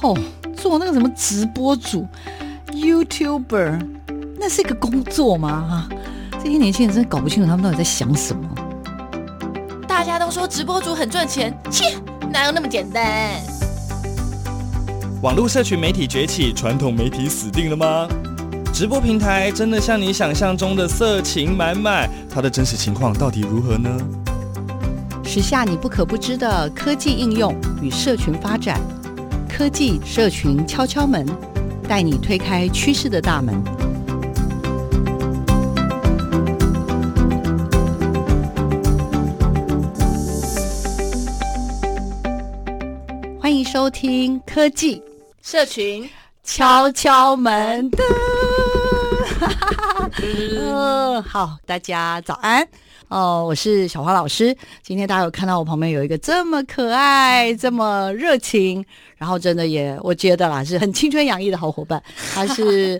做那个什么直播主 YouTuber， 那是一个工作吗？这些年轻人真的搞不清楚他们到底在想什么。 大家都说直播主很赚钱，切，哪有那么简单？ 网络社群媒体崛起，传统媒体死定了吗？直播平台真的像你想象中的色情满满？它的真实情况到底如何呢？ 时下你不可不知的科技应用与社群发展，科技社群敲敲门，带你推开趋势的大门。欢迎收听科技社群敲敲门的。好，大家早安。我是小花老师。今天大家有看到我旁边有一个这么可爱、这么热情，然后真的也我觉得啦是很青春洋溢的好伙伴。他是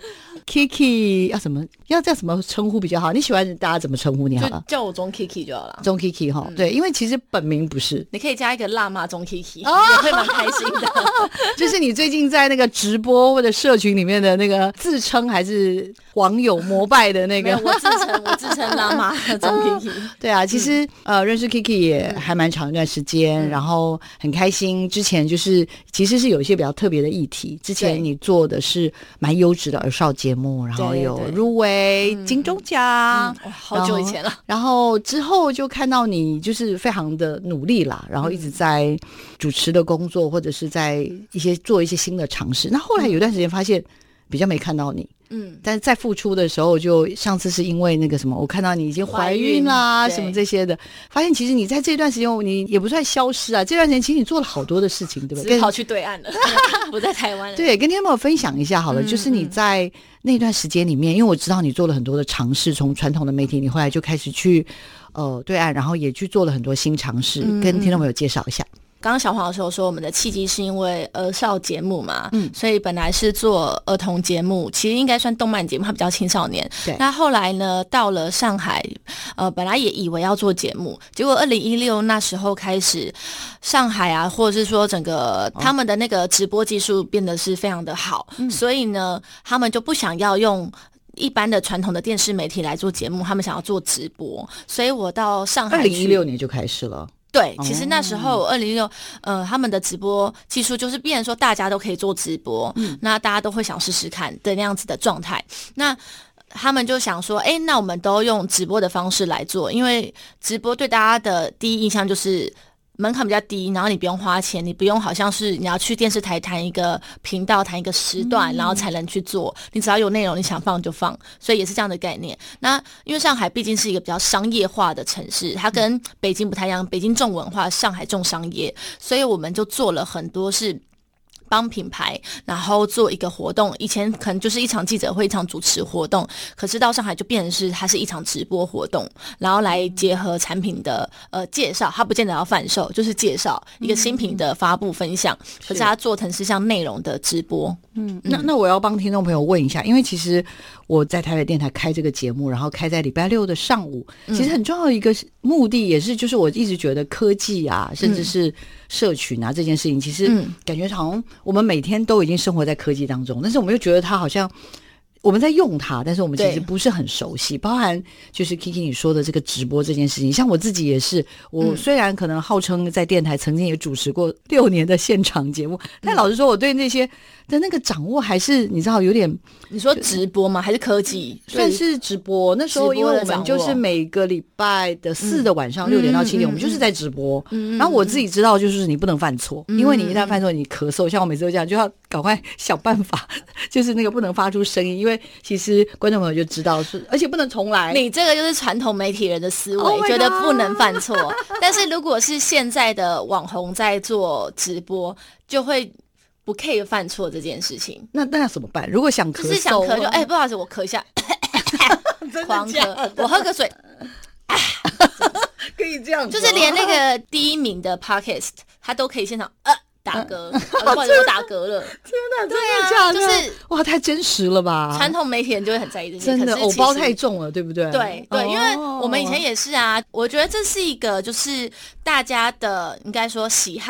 Kiki， 要叫什么称呼比较好？你喜欢大家怎么称呼你好了？ 就叫我钟 Kiki 就好了。 钟 Kiki 哈，对，因为其实本名不是， 你可以加一个辣妈钟 Kiki，也会蛮开心的。 就是你最近在那个直播或者社群里面的那个自称还是网友膜拜的那个？ 没有，我自称辣妈钟 Kiki。 对啊，其实认识 Kiki 也还蛮长一段时间，然后很开心。之前就是其实是有一些比较特别的议题，之前你做的是蛮优质的儿少节目，然后有入围金钟奖， 好久以前了。 然后之后就看到你就是非常的努力啦，然后一直在主持的工作，或者是在做一些新的尝试。那后来有段时间发现比较没看到你。但是在复出的时候，就上次是因为那个什么，我看到你已经怀孕啦，什么这些的，发现其实你在这段时间你也不算消失啊，这段时间其实你做了好多的事情，对不对？ 只跑去对岸了，不在台湾了。 对，跟听众朋友分享一下好了，就是你在那段时间里面，因为我知道你做了很多的尝试，从传统的媒体，你后来就开始去对岸，然后也去做了很多新尝试，跟听众朋友介绍一下。 刚刚小黄老师有说我们的契机是因为儿少节目嘛，所以本来是做儿童节目，其实应该算动漫节目，它比较青少年。那后来呢，到了上海，本来也以为要做节目，结果2016那时候开始，上海啊，或者是说整个他们的那个直播技术变得是非常的好，所以呢，他们就不想要用一般的传统的电视媒体来做节目，他们想要做直播，所以我到上海去 2016年就开始了。 对，其实那时候2016，他们的直播技术就是变成说大家都可以做直播，那大家都会想试试看的那样子的状态。那他们就想说，那我们都用直播的方式来做，因为直播对大家的第一印象就是门槛比较低，然后你不用花钱，你不用好像是你要去电视台谈一个频道、谈一个时段，然后才能去做。你只要有内容，你想放就放，所以也是这样的概念。那因为上海毕竟是一个比较商业化的城市，它跟北京不太一样，北京重文化，上海重商业，所以我们就做了很多是帮品牌，然后做一个活动。以前可能就是一场记者会，一场主持活动，可是到上海就变成是它是一场直播活动，然后来结合产品的介绍，它不见得要贩售，就是介绍一个新品的发布分享，可是它做成是像内容的直播。 那我要帮听众朋友问一下，因为其实我在台北电台开这个节目，然后开在礼拜六的上午，其实很重要的一个目的也是，就是我一直觉得科技啊，甚至是社群啊这件事情，其实感觉好像我们每天都已经生活在科技当中，但是我们又觉得它好像我们在用它，但是我们其实不是很熟悉，包含就是 Kiki 你说的这个直播这件事情，像我自己也是，我虽然可能号称在电台曾经也主持过6年的现场节目，但老实说我对那些的那个掌握还是你知道有点。 你说直播吗？还是科技？ 算是直播。那时候因为我们就是每个礼拜的4的晚上6点到7点，我们就是在直播。然后我自己知道就是你不能犯错，因为你一旦犯错你咳嗽，像我每次都这样，就要赶快想办法，就是那个不能发出声音，因为其实观众朋友就知道是，而且不能重来。 你这个就是传统媒体人的思维，觉得不能犯错。但是如果是现在的网红在做直播，就会不 care 犯错这件事情。 那要怎么办？如果想咳嗽， 就是想咳就不好意思，我咳一下，狂咳，我喝个水， 可以这样， 就是连那个第1名的 podcast 他都可以现场打嗝，或者我打嗝了。 天哪，对啊，就是哇，太真实了吧！ 传统媒体人就会很在意这些， 真的偶包太重了，对不对？ 对对，因为我们以前也是啊。我觉得这是一个就是大家的应该说喜好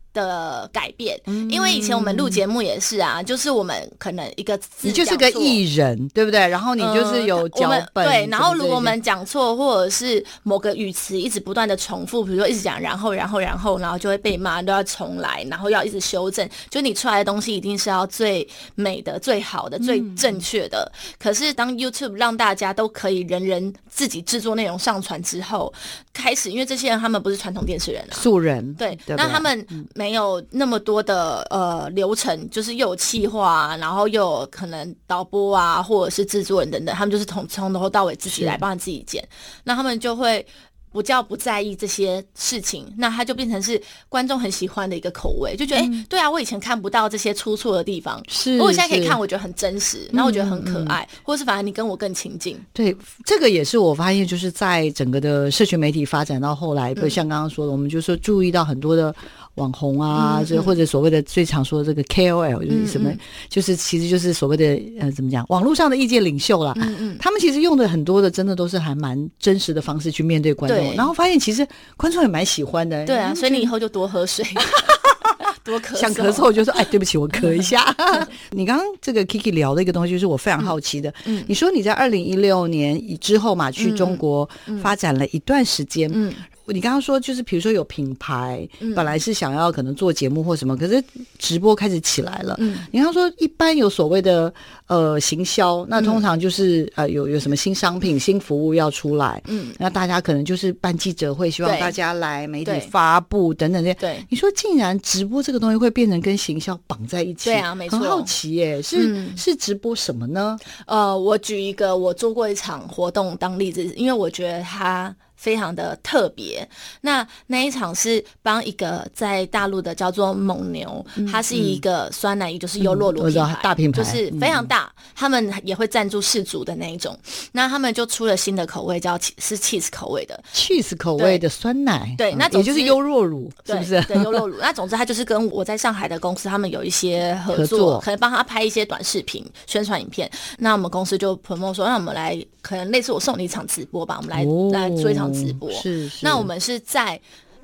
的改变，因为以前我们录节目也是啊，就是我们可能一个字你就是个艺人，对不对？然后你就是有脚本， 对，然后如果我们讲错，或者是某个语词一直不断的重复，比如说一直讲然后就会被骂，都要重来，然后要一直修正，就你出来的东西一定是要最美的、最好的、最正确的。可是当 YouTube 让大家都可以人人自己制作内容上传之后，开始因为这些人他们不是传统电视人啊， 素人， 对， 对， 那他们没有那么多的流程，就是又有企划，然后又有可能导播啊，或者是制作人等等，他们就是从头到尾自己来帮自己剪，那他们就会不在意这些事情，那他就变成是观众很喜欢的一个口味，就觉得对啊，我以前看不到这些出错的地方，我现在可以看，我觉得很真实，然后我觉得很可爱，或是反而你跟我更亲近。 对，这个也是我发现，就是在整个的社群媒体发展到后来，像刚刚说的，我们就说注意到很多的网红啊，或者所谓的最常说的这个 KOL 就是什么，就是其实就是所谓的怎么讲，网络上的意见领袖啦。他们其实用的很多的，真的都是还蛮真实的方式去面对观众，然后发现其实观众也蛮喜欢的。 对啊，所以你以后就多喝水。多咳嗽， 想咳嗽我就说对不起，我咳一下。你刚刚这个 Kiki 聊的一个东西就是我非常好奇的，你说你在2016年之后嘛，去中国发展了一段时间，你刚刚说就是比如说有品牌，本来是想要可能做节目或什么，可是直播开始起来了。你刚刚说一般有所谓的行销，那通常就是有什么新商品、新服务要出来，那大家可能就是办记者会，希望大家来媒体发布等等这些。 对， 你说竟然直播这个东西会变成跟行销绑在一起？ 对啊，没错， 很好奇耶，是直播什么呢？ 我举一个我做过一场活动当例子，因为我觉得它非常的特别。那一场是帮一个在大陆的叫做蒙牛，它是一个酸奶液，就是优酪乳品牌， 大品牌， 就是非常大，他们也会赞助世足的那一种。那他们就出了新的口味，是 cheese 口味的 cheese 口味的酸奶。 对，那也就是优酪乳，是不是？ 对，优酪乳。那总之，它就是跟我在上海的公司，他们有一些合作，可能帮他拍一些短视频、宣传影片。那我们公司就 promote 说，让我们来，可能类似我送你一场直播吧，我们来做一场直播。 是。 那我们是在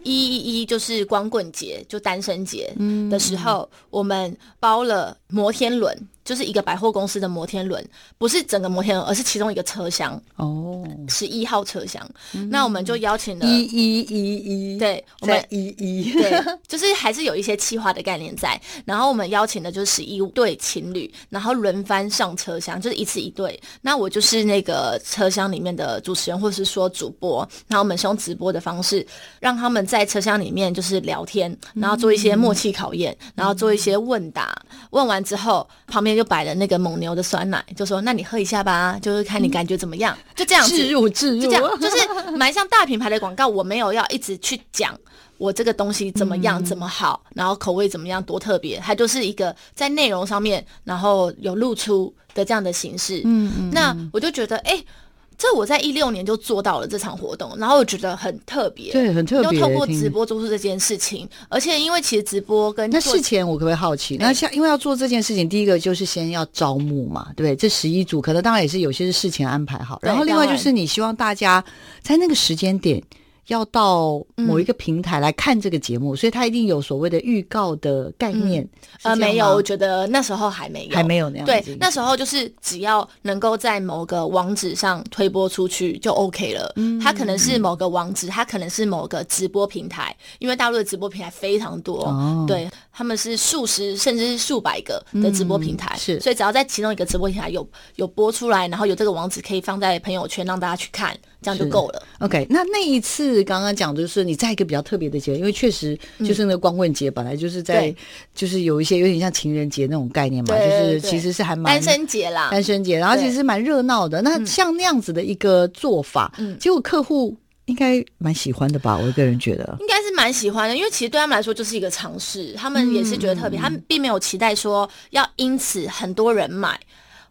111就是光棍节，就单身节的时候，我们包了摩天轮，就是一个百货公司的摩天轮，不是整个摩天轮，而是其中一个车厢。11号车厢。那我们就邀请了 1111， 对，我们 11， 对，就是还是有一些企划的概念在。然后我们邀请的就是11对情侣，然后轮番上车厢，就是一次一对。那我就是那个车厢里面的主持人，或是说主播。然后我们是用直播的方式，让他们在车厢里面就是聊天，然后做一些默契考验，然后做一些问答。问完之后，旁边就摆了那个蒙牛的酸奶，就说那你喝一下吧，就是看你感觉怎么样，就这样子置入， 就这样，就是蛮像大品牌的广告。我没有要一直去讲我这个东西怎么样怎么好，然后口味怎么样多特别，它就是一个在内容上面然后有露出的这样的形式。那我就觉得这我在2016年就做到了这场活动，然后我觉得很特别， 对，很特别， 又透过直播做出这件事情。而且因为其实直播跟那事前我可不可以好奇，那因为要做这件事情，第一个就是先要招募嘛，对不对？这11组可能当然也是有些是事前安排好，然后另外就是你希望大家在那个时间点要到某一个平台来看这个节目，所以它一定有所谓的预告的概念。 没有，我觉得那时候还没有那样子。 对，那时候就是只要能够在某个网址上推播出去就 OK 了。它可能是某个网址，它可能是某个直播平台，因为大陆的直播平台非常多，对，他们是数十甚至是数百个的直播平台， 是， 所以只要在其中一个直播平台有播出来，然后有这个网址可以放在朋友圈让大家去看，这样就够了。 OK， 那一次刚刚讲的就是你在一个比较特别的节，因为确实就是那个光棍节本来就是在就是有一些有点像情人节那种概念嘛，就是其实是还蛮单身节啦， 单身节，然后其实蛮热闹的。那像那样子的一个做法，结果客户应该蛮喜欢的吧？我个人觉得应该是蛮喜欢的，因为其实对他们来说就是一个尝试，他们也是觉得特别，他们并没有期待说要因此很多人买。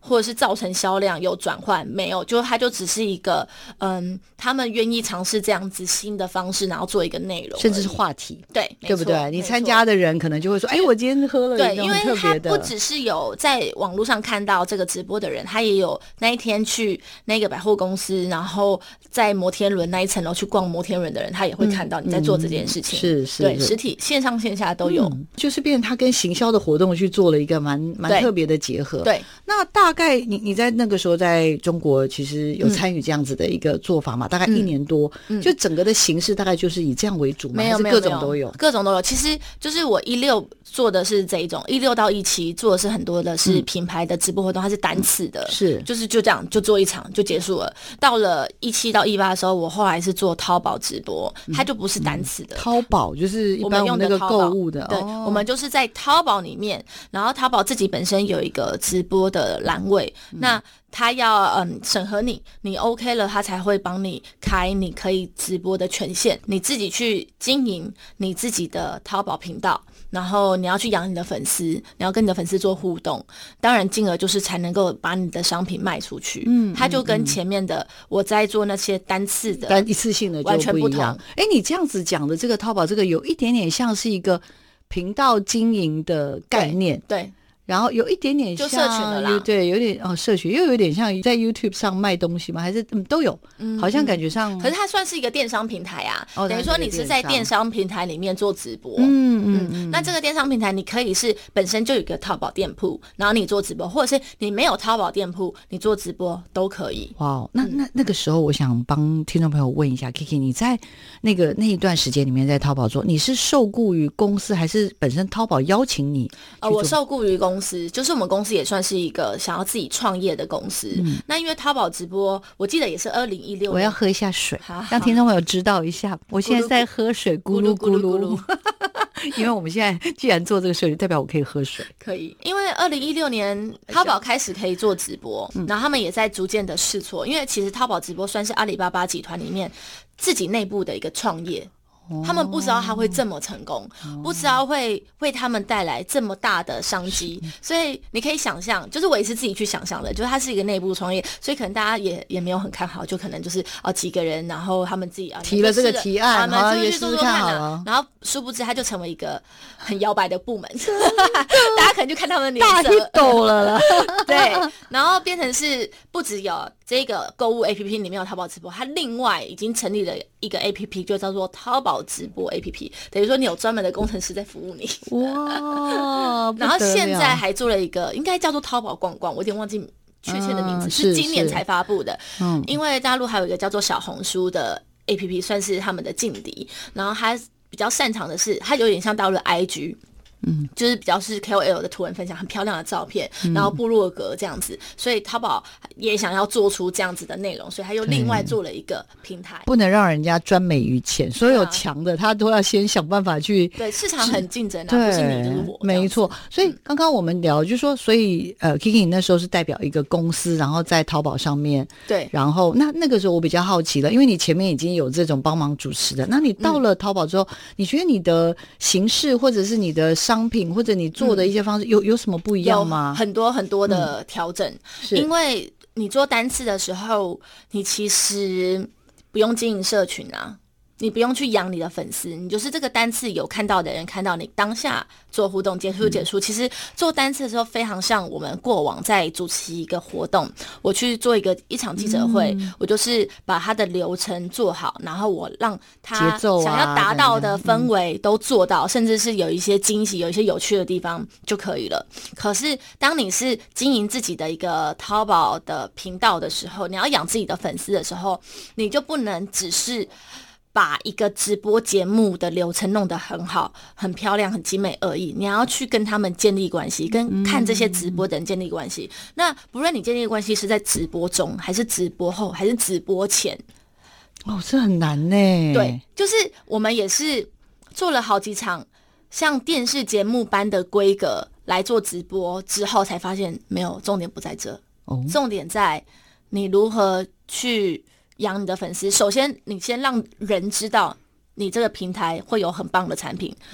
或者是造成销量有转换，没有，就它就只是一个他们愿意尝试这样子新的方式，然后做一个内容， 甚至是话题， 对不对？你参加的人可能就会说，哎，我今天喝了一种很特别的。 因为他不只是有在网络上看到这个直播的人，他也有那一天去那个百货公司，然后在摩天轮那一层楼去逛摩天轮的人，他也会看到你在做这件事情。 是， 对，实体线上线下都有， 就是变成他跟行销的活动去做了一个蛮特别的结合。 对， 那大概你在那个时候在中国其实有参与这样子的一个做法嘛？大概1年多，就整个的形式大概就是以这样为主吗？ 没有， 各种都有， 各种都有。其实就是我16做的是这一种，16到17做的是很多的是品牌的直播活动，它是单次的， 是就是就这样就做一场就结束了。到了17到18的时候，我后来是做淘宝直播，它就不是单次的。 淘宝就是一般我们那个购物的， 对，我们就是在淘宝里面，然后淘宝自己本身有一个直播的栏位，那他要审核你 OK 了，他才会帮你开你可以直播的权限，你自己去经营你自己的淘宝频道，然后你要去养你的粉丝，你要跟你的粉丝做互动，当然进而就是才能够把你的商品卖出去。它就跟前面的我在做那些单次的、 一次性的就完全不同。 哎，你这样子讲的这个淘宝这个有一点点像是一个频道经营的概念， 对。 然后有一点点像就社群的啦， 对，有点社群，又有点像在 YouTube 上卖东西吗？还是都有，好像感觉上。 可是它算是一个电商平台啊，等于说你是在电商平台里面做直播。那这个电商平台你可以是本身就有一个淘宝店铺，然后你做直播，或者是你没有淘宝店铺，你做直播都可以。 哇，那个时候我想帮听众朋友问一下 Kiki， 你在那一段时间里面在淘宝做，你是受雇于公司，还是本身淘宝邀请你？ 我受雇于公司，就是我们公司也算是一个想要自己创业的公司。那因为淘宝直播，我记得也是2016年。 我要喝一下水，让听众朋友知道一下，我现在在喝水，咕噜咕噜。因为我们现在既然做这个事，就代表我可以喝水。 可以，因为2016年淘宝开始可以做直播，然后他们也在逐渐的试错。因为其实淘宝直播算是阿里巴巴集团里面自己内部的一个创业。他们不知道他会这么成功，不知道会为他们带来这么大的商机，所以你可以想象，就是我也是自己去想象的，就是它是一个内部创业，所以可能大家也没有很看好，就可能就是几个人，然后他们自己提了这个提案， 然后也试试看好了， 然后殊不知它就成为一个很摇摆的部门，大家可能就看他们的脸色大一抖了啦， 对，然后变成是不只有这个购物 APP 里面有淘宝直播，它另外已经成立了一个 APP， 就叫做淘宝直播 APP， 等于说你有专门的工程师在服务你。 哇！ 然后现在还做了一个，应该叫做淘宝逛逛，我有点忘记确切的名字，是今年才发布的。因为大陆还有一个叫做小红书的 APP， 算是他们的劲敌。然后它比较擅长的是，它有点像大陆的 IG。就是比较是 KOL 的图文分享，很漂亮的照片，然后部落格这样子，所以淘宝也想要做出这样子的内容，所以他又另外做了一个平台， 不能让人家专美于前，所有强的他都要先想办法去。 对，市场很竞争啊，不是你就是我， 没错。所以刚刚我们聊就是说，所以Kiki 你那时候是代表一个公司，然后在淘宝上面， 对， 然后那个时候我比较好奇了，因为你前面已经有这种帮忙主持的，那你到了淘宝之后，你觉得你的形式或者是你的商品或者你做的一些方式有什么不一样吗？ 有很多很多的调整，因为你做单次的时候，你其实不用经营社群啊，你不用去养你的粉丝，你就是这个单次有看到的人看到你当下做互动，结束。其实做单次的时候非常像我们过往在主持一个活动，我去做一场记者会，我就是把他的流程做好，然后我让他想要达到的氛围都做到，甚至是有一些惊喜有一些有趣的地方就可以了。可是当你是经营自己的一个淘宝的频道的时候，你要养自己的粉丝的时候，你就不能只是把一个直播节目的流程弄得很好、很漂亮、很精美而已，你要去跟他们建立关系，跟看这些直播的人建立关系。那不论你建立关系是在直播中，还是直播后，还是直播前， 这很难呢。 对，就是我们也是做了好几场像电视节目般的规格来做直播之后，才发现没有，重点不在这，重点在你如何去养你的粉丝。首先你先让人知道你这个平台会有很棒的产品，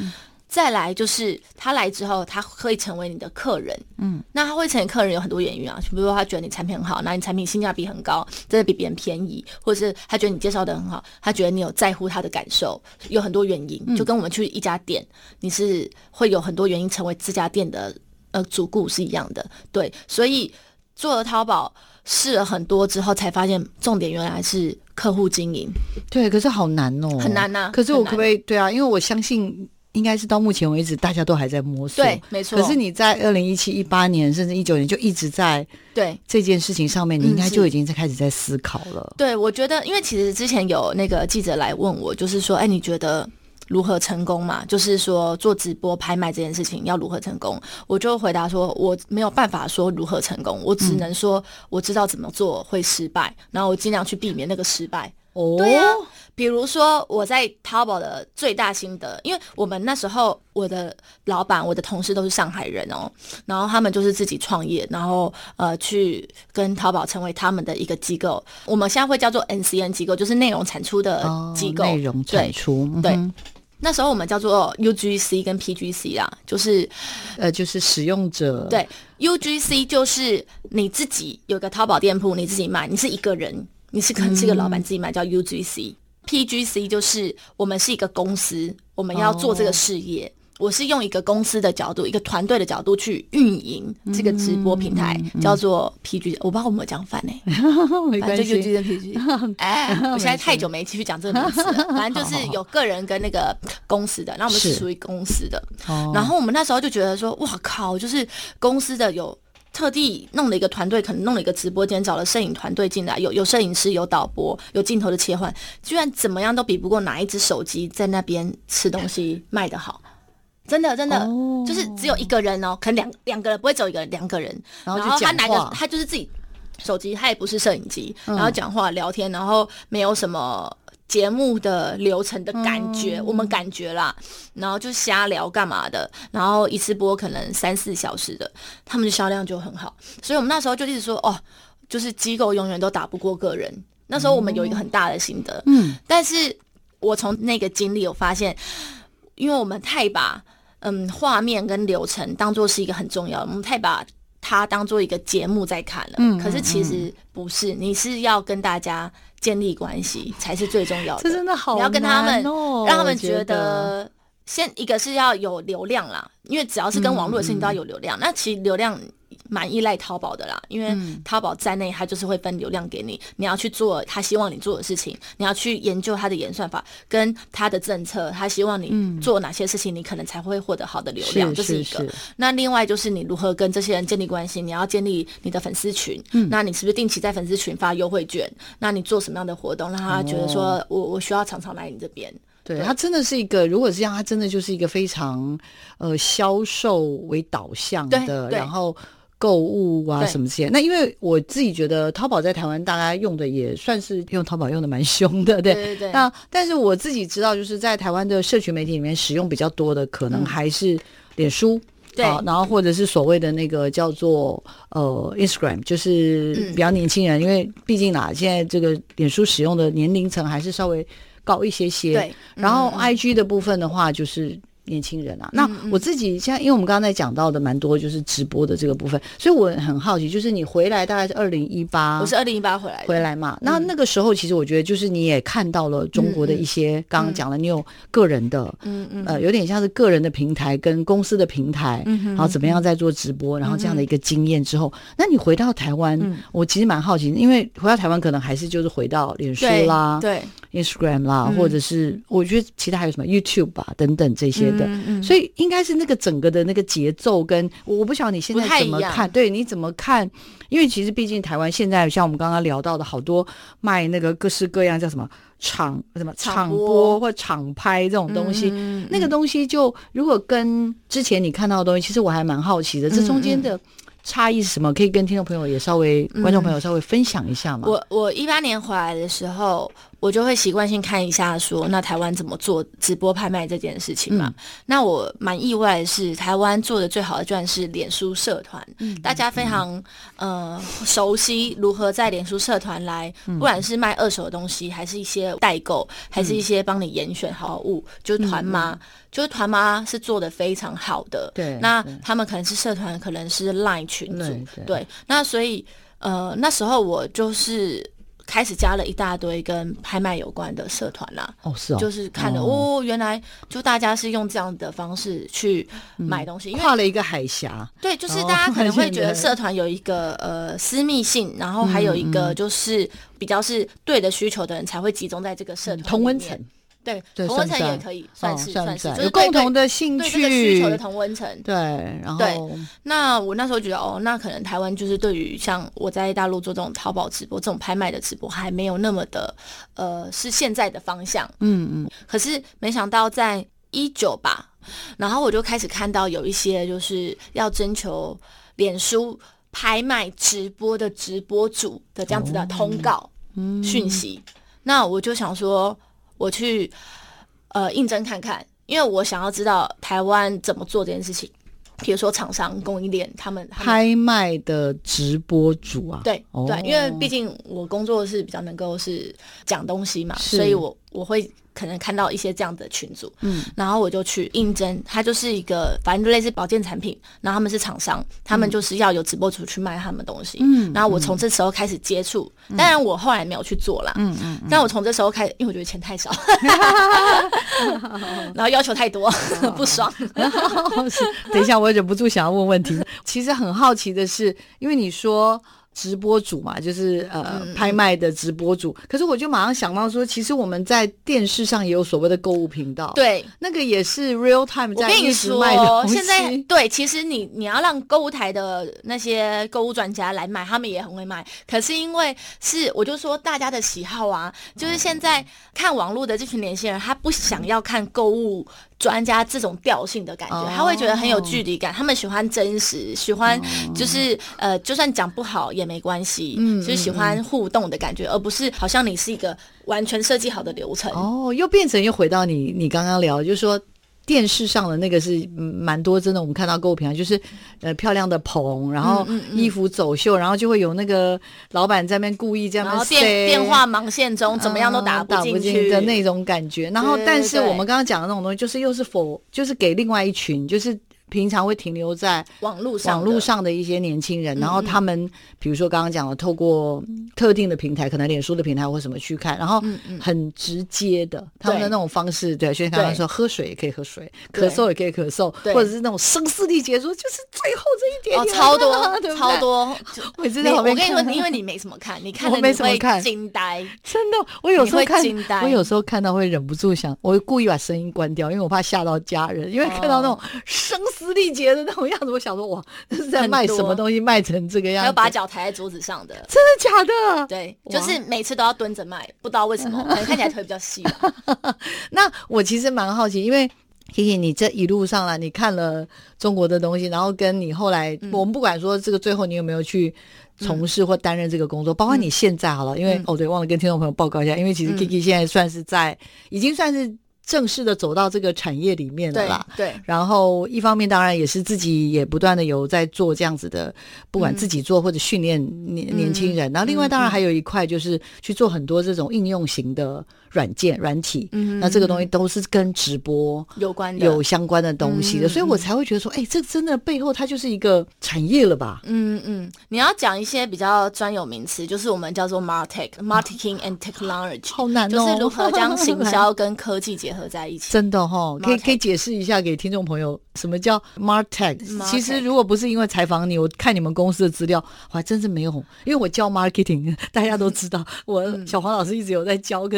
再来就是他来之后，他会成为你的客人。那他会成为客人有很多原因啊，比如说他觉得你产品很好，那你产品性价比很高，真的比别人便宜，或者是他觉得你介绍的很好，他觉得你有在乎他的感受，有很多原因。就跟我们去一家店，你是会有很多原因成为这家店的主顾是一样的。对，所以做了淘宝试了很多之后，才发现重点原来是客户经营。 对，可是好难哦， 很难啊。 可是我可不可以对啊？因为我相信应该是到目前为止大家都还在摸索。 对，没错。 可是你在2017、18年甚至19年就一直在对这件事情上面，你应该就已经开始在思考了。 对，我觉得因为其实之前有那个记者来问我，就是说，你觉得如何成功嘛？就是说做直播拍卖这件事情要如何成功？我就回答说，我没有办法说如何成功，我只能说我知道怎么做会失败，然后我尽量去避免那个失败。对啊，比如说我在淘宝的最大心得，因为我们那时候我的老板、我的同事都是上海人哦，然后他们就是自己创业，然后去跟淘宝成为他们的一个机构。我们现在会叫做 NCN 机构，就是内容产出的机构。 内容产出， 对。那时候我们叫做 UGC 跟 PGC 啦，就是使用者。 对 ，UGC 就是你自己有个淘宝店铺，你自己卖，你是一个人。你是可能是一个老板自己买，叫 UGC。PGC 就是我们是一个公司，我们要做这个事业。我是用一个公司的角度，一个团队的角度去运营这个直播平台，叫做 PG。我不知道我有没有讲反反正就 UGC 跟 PG。我现在太久没继续讲这个名字了。反正就是有个人跟那个公司的，那我们是属于公司的。然后我们那时候就觉得说，哇靠，就是公司的有。特地弄了一个团队，可能弄了一个直播间，找了摄影团队进来，有摄影师，有导播，有镜头的切换，居然怎么样都比不过哪一只手机在那边吃东西卖得好。真的，就是只有一个人哦，可能两个人，不会只有一个人，两个人，然后他拿个，他就是自己手机，他也不是摄影机，然后讲话聊天，然后没有什么节目的流程的感觉，我们感觉啦，然后就瞎聊干嘛的，然后一次播可能3-4小时的，他们的销量就很好，所以我们那时候就一直说，就是机构永远都打不过个人。那时候我们有一个很大的心得，但是我从那个经历有发现，因为我们太把画面跟流程当作是一个很重要的，我们太把它当做一个节目在看了，可是其实不是，你是要跟大家建立关系才是最重要的。 这真的好难哦， 你要跟他们，让他们觉得先一个是要有流量啦，因为只要是跟网络的事情都要有流量。那其实流量蛮依赖淘宝的啦，因为淘宝在内它就是会分流量给你，你要去做他希望你做的事情，你要去研究他的演算法跟他的政策，他希望你做哪些事情，你可能才会获得好的流量，这是一个。那另外就是你如何跟这些人建立关系，你要建立你的粉丝群，那你是不是定期在粉丝群发优惠券？那你做什么样的活动让他觉得说我需要常常来你这边？ 对，它真的是一个，如果是这样，它真的就是一个非常销售为导向的，然后购物啊什么这些。那因为我自己觉得淘宝在台湾大家用的也算是用淘宝用的蛮凶的，对。那但是我自己知道，就是在台湾的社群媒体里面使用比较多的，可能还是脸书。对，然后或者是所谓的那个叫做Instagram， 就是比较年轻人，因为毕竟啦，现在这个脸书使用的年龄层还是稍微高一些些。对，然后 IG 的部分的话就是年轻人啊。那我自己现在，因为我们刚刚在讲到的蛮多就是直播的这个部分，所以我很好奇，就是你回来大概是2018， 我是2018 回来嘛。那个时候其实我觉得就是你也看到了中国的一些，刚刚讲了，你有个人的，有点像是个人的平台跟公司的平台，然后怎么样在做直播，然后这样的一个经验之后，那你回到台湾，我其实蛮好奇，因为回到台湾可能还是就是回到脸书啦，对 Instagram 啦，或者是我觉得其他还有什么 YouTube 吧等等这些的。所以应该是那个整个的那个节奏跟我不晓得你现在怎么看，对，你怎么看？因为其实毕竟台湾现在像我们刚刚聊到的好多卖那个各式各样叫什么场播或场拍这种东西，那个东西就如果跟之前你看到的东西，其实我还蛮好奇的，这中间的差异是什么？可以跟听众朋友也稍微观众朋友稍微分享一下吗？ 我18年回来的时候， 我就会习惯性看一下说，那台湾怎么做直播拍卖这件事情嘛。那我蛮意外的是，台湾做的最好的居然是脸书社团，大家非常熟悉如何在脸书社团来，不管是卖二手的东西，还是一些代购，还是一些帮你严选好物，就是团妈。就是团妈是做的非常好的， 对， 那他们可能是社团，可能是 LINE 群组，对，那所以那时候我就是开始加了一大堆跟拍卖有关的社团啦， 是哦， 就是看了原来就大家是用这样的方式去买东西，因为跨了一个海峡， 对，就是大家可能会觉得社团有一个私密性，然后还有一个就是比较是对的需求的人才会集中在这个社团同温层。 对，同温层也可以算是就是有共同的兴趣， 对这个需求的同温层。 对，然后对，那我那时候觉得那可能台湾就是对于像我在大陆做这种淘宝直播、这种拍卖的直播，还没有那么的是现在的方向。可是没想到在19吧，然后我就开始看到有一些就是要征求脸书拍卖直播的直播主的这样子的通告讯息，那我就想说。我去应征看看，因为我想要知道台湾怎么做这件事情。比如说厂商、供应链，他们拍卖的直播主啊， 对对，因为毕竟我工作是比较能够是讲东西嘛，所以我会可能看到一些这样的群组，然后我就去应征，它就是一个反正就类似保健产品，然后他们是厂商，他们就是要有直播主去卖他们东西，然后我从这时候开始接触，当然我后来没有去做啦，但我从这时候开始，因为我觉得钱太少，然后要求太多，不爽。 等一下，我忍不住想要问问题。其实很好奇的是，因为你说直播主嘛，就是拍卖的直播主，可是我就马上想到说，其实我们在电视上也有所谓的购物频道， 对， 那个也是 real time 在一直卖的东西。 现在对，其实你要让购物台的那些购物专家来卖，他们也很会卖。可是因为我就说大家的喜好啊，就是现在看网络的这群年轻人，他不想要看购物专家这种调性的感觉，他会觉得很有距离感，他们喜欢真实，喜欢就是就算讲不好也没关系，就是喜欢互动的感觉，而不是好像你是一个完全设计好的流程。 又变成又回到你刚刚聊，就是说电视上的那个是蛮多，真的我们看到购物平台就是漂亮的棚，然后衣服走秀，然后就会有那个老板在那边故意这样， 然后电话忙线中怎么样都打不进去的那种感觉。然后但是我们刚刚讲的那种东西，就是又是就是给另外一群，就是平常会停留在网络上的一些年轻人，然后他们比如说刚刚讲的，透过特定的平台，可能脸书的平台或什么去看，然后很直接的他们的那种方式，对，所以刚刚说喝水也可以喝水，咳嗽也可以咳嗽，或者是那种声嘶力竭说就是最后这一点点， 超多超多。 我知道，我跟你说，因为你没什么看，你看了你会惊呆， 真的。我有时候看到会忍不住想，我会故意把声音关掉，因为我怕吓到家人，因为看到那种声嘶力竭的那种样子，我想说哇，这是在卖什么东西，卖成这个样子， 还有把脚抬在桌子上的， 真的假的？ 对，就是每次都要蹲着卖，不知道为什么，可能看起来腿比较细吧。 那我其实蛮好奇，因为Kiki，你这一路上来，你看了中国的东西，然后跟你后来，我们不管说这个最后你有没有去从事或担任这个工作，包括你现在好了，因为对，忘了跟听众朋友报告一下，因为其实 Kiki 现在已经算是正式的走到这个产业里面了啦， 对。 然后一方面当然也是自己也不断的有在做这样子的，不管自己做或者训练年轻人，然后另外当然还有一块就是去做很多这种应用型的软体，那这个东西都是跟直播有关的、 有相关的东西的，所以我才会觉得说，这真的背后它就是一个产业了吧？ 你要讲一些比较专有名词，就是我们叫做 marketing and technology， 好难哦， 就是如何将行销跟科技结合在一起。 真的可以解释一下给听众朋友什么叫 martech？ 其实如果不是因为采访你，我看你们公司的资料，我还真是没有，因为我教 marketing， 大家都知道，我小黄老师一直有在教，可是我都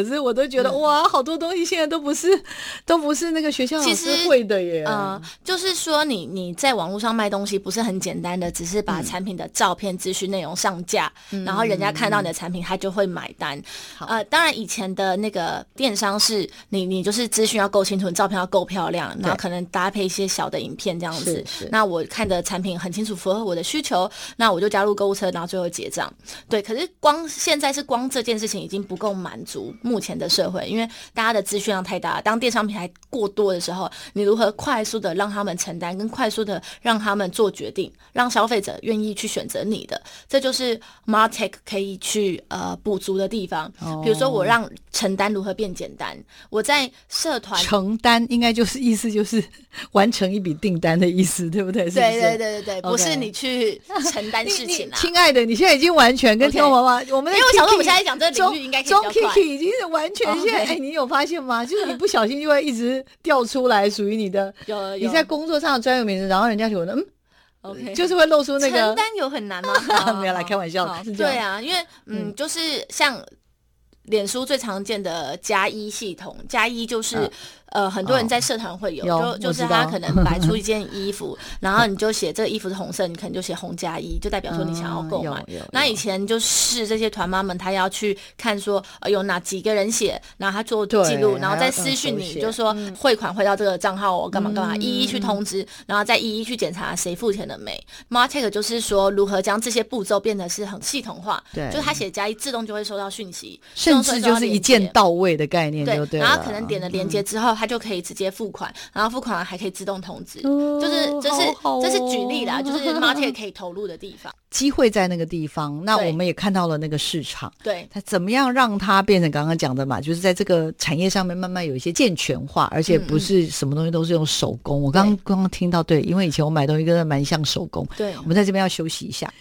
都觉得哇，好多东西现在都不是那个学校老师会的耶。 就是说你在网络上卖东西不是很简单的，只是把产品的照片、资讯内容上架，然后人家看到你的产品，他就会买单。当然以前的那个电商是你就是资讯要够清楚，你照片要够漂亮，然后可能搭配一些小的影片这样子。那我看的产品很清楚，符合我的需求，那我就加入购物车，然后最后结账。对，可是现在是光这件事情已经不够满足目前的社会，因为大家的资讯量太大，当电商平台过多的时候，你如何快速的让他们承担，跟快速的让他们做决定，让消费者愿意去选择你的，这就是 MarTech 可以去补足的地方。比如说我让承担如何变简单，我在社团承担应该就是意思就是完成一笔订单的意思，对不对？是不是？ 对，不是你去承担事情啊。 亲爱的，你现在已经完全跟听众妈妈，我们因为我想说我们现在讲这个领域应该可以比较快。 Kiki 已经是完全现在，你有发现吗？就是你不小心就会一直掉出来属于你的，你在工作上的专有名词，然后人家觉得 OK， 就是会露出那个承担有很难吗？ 没有来开玩笑， 对啊，因为就是像脸书最常见的加一系统，加一就是很多人在社团会有，就是他可能摆出一件衣服，然后你就写这个衣服是红色，你可能就写红加一，就代表说你想要购买。那以前就是这些团妈们，他要去看说有哪几个人写，然后他做记录，然后再私讯你，就说汇款汇到这个账号，我干嘛干嘛，一一去通知，然后再一一去检查谁付钱了没。MarTech 就是说如何将这些步骤变得是很系统化，就是他写加一自动就会收到讯息， 甚至就是一键到位的概念，对， 然后可能点了连结之后，他就可以直接付款，然后付款还可以自动通知，这是举例啦，就是 MarTech 可以投入的地方， 机会在那个地方。那我们也看到了那个市场， 对， 它怎么样让它变成刚刚讲的嘛，就是在这个产业上面慢慢有一些健全化，而且不是什么东西都是用手工。我刚刚听到，对，因为以前我买东西真的蛮像手工。 对， 我们在这边要休息一下。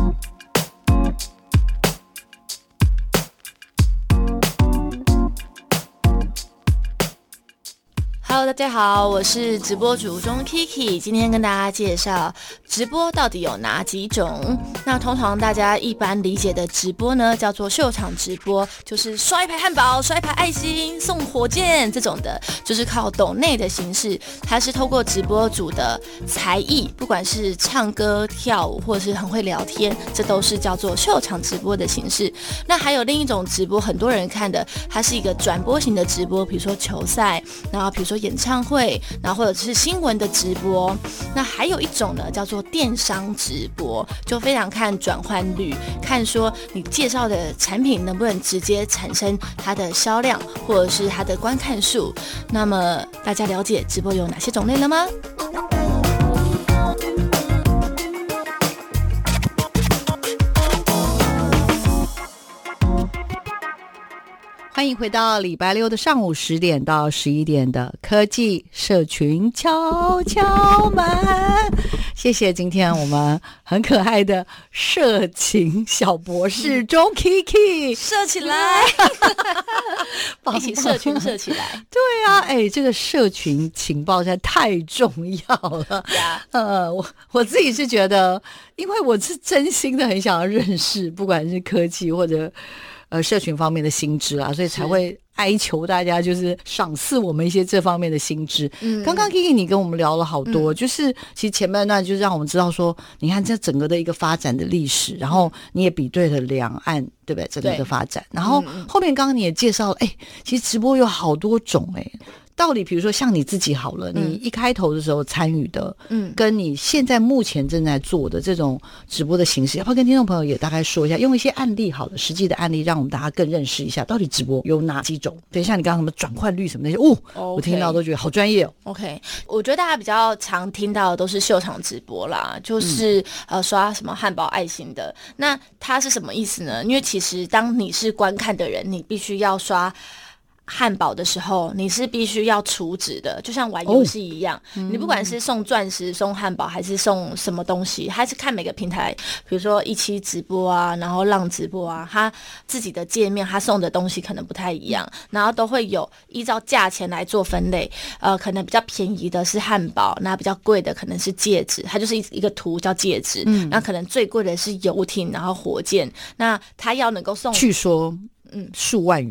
Hello， 大家好，我是直播主中 Kiki， 今天跟大家介绍直播到底有哪几种。那通常大家一般理解的直播呢，叫做秀场直播，就是刷一排汉堡、刷一排爱心、送火箭这种的，就是靠抖内的形式。它是透过直播主的才艺，不管是唱歌、跳舞，或者是很会聊天，这都是叫做秀场直播的形式。那还有另一种直播，很多人看的，它是一个转播型的直播，比如说球赛，然后比如说演唱会，然后或者是新闻的直播。那还有一种呢，叫做电商直播，就非常看转换率，看说你介绍的产品能不能直接产生它的销量，或者是它的观看数。那么大家了解直播有哪些种类了吗？ 欢迎回到礼拜六的上午10点到11点的科技社群敲敲门。谢谢今天我们很可爱的社情小博士钟 Kiki， 社起来一起社群社起来。 对啊，这个社群情报实在太重要了。我自己是觉得，因为我是真心的很想要认识，不管是科技或者社群方面的新知啊，所以才会哀求大家就是赏赐我们一些这方面的新知。刚刚 Kiki 你跟我们聊了好多，就是其实前半段就是让我们知道说，你看这整个的一个发展的历史，然后你也比对了两岸，对不对？整个的发展，然后后面刚刚你也介绍了，其实直播有好多种到底比如说像你自己好了，你一开头的时候参与的，跟你现在目前正在做的这种直播的形式，要不要跟听众朋友也大概说一下，用一些案例好了，实际的案例，让我们大家更认识一下到底直播有哪几种。对，像你刚刚什么转换率什么那些我听到都觉得好专业哦。 OK， 我觉得大家比较常听到的都是秀场直播啦，就是刷什么汉堡爱心的。那它是什么意思呢？因为其实当你是观看的人，你必须要刷汉堡的时候，你是必须要储值的，就像玩游戏一样。你不管是送钻石、送汉堡，还是送什么东西，还是看每个平台，比如说17直播啊，然后浪直播啊，它自己的界面，它送的东西可能不太一样，然后都会有依照价钱来做分类。可能比较便宜的是汉堡，那比较贵的可能是戒指，它就是一个图叫戒指。那可能最贵的是游艇，然后火箭。那它要能够送， 据说数万元。